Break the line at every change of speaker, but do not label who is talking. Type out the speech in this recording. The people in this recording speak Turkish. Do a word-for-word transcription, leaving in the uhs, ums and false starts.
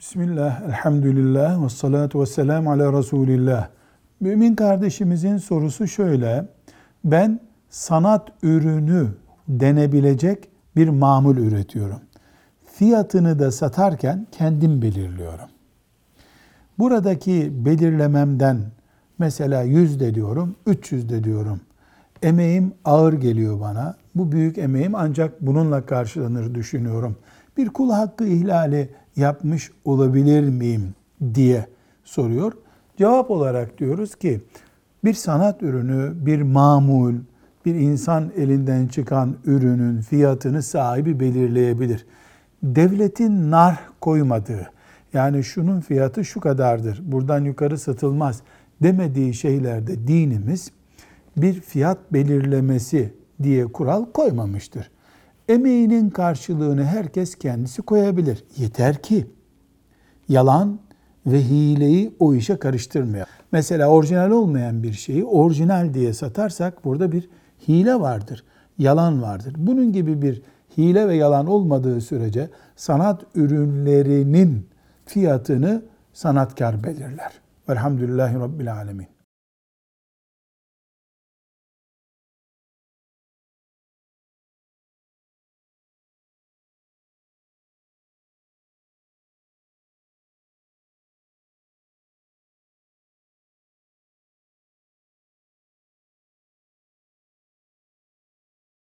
Bismillah, elhamdülillah, ve salatu ve selamu ala Resulillah. Mümin kardeşimizin sorusu şöyle: ben sanat ürünü denebilecek bir mamul üretiyorum. Fiyatını da satarken kendim belirliyorum. Buradaki belirlememden mesela yüz de diyorum, üç yüz de diyorum. Emeğim ağır geliyor bana. Bu büyük emeğim ancak bununla karşılanır düşünüyorum. Bir kul hakkı ihlali yapmış olabilir miyim diye soruyor. Cevap olarak diyoruz ki bir sanat ürünü, bir mamul, bir insan elinden çıkan ürünün fiyatını sahibi belirleyebilir. Devletin nar koymadığı, yani şunun fiyatı şu kadardır, buradan yukarı satılmaz demediği şeylerde dinimiz bir fiyat belirlemesi diye kural koymamıştır. Emeğinin karşılığını herkes kendisi koyabilir. Yeter ki yalan ve hileyi o işe karıştırmayalım. Mesela orijinal olmayan bir şeyi orijinal diye satarsak burada bir hile vardır, yalan vardır. Bunun gibi bir hile ve yalan olmadığı sürece sanat ürünlerinin fiyatını sanatkar belirler. Velhamdülillahi Rabbil Alemin.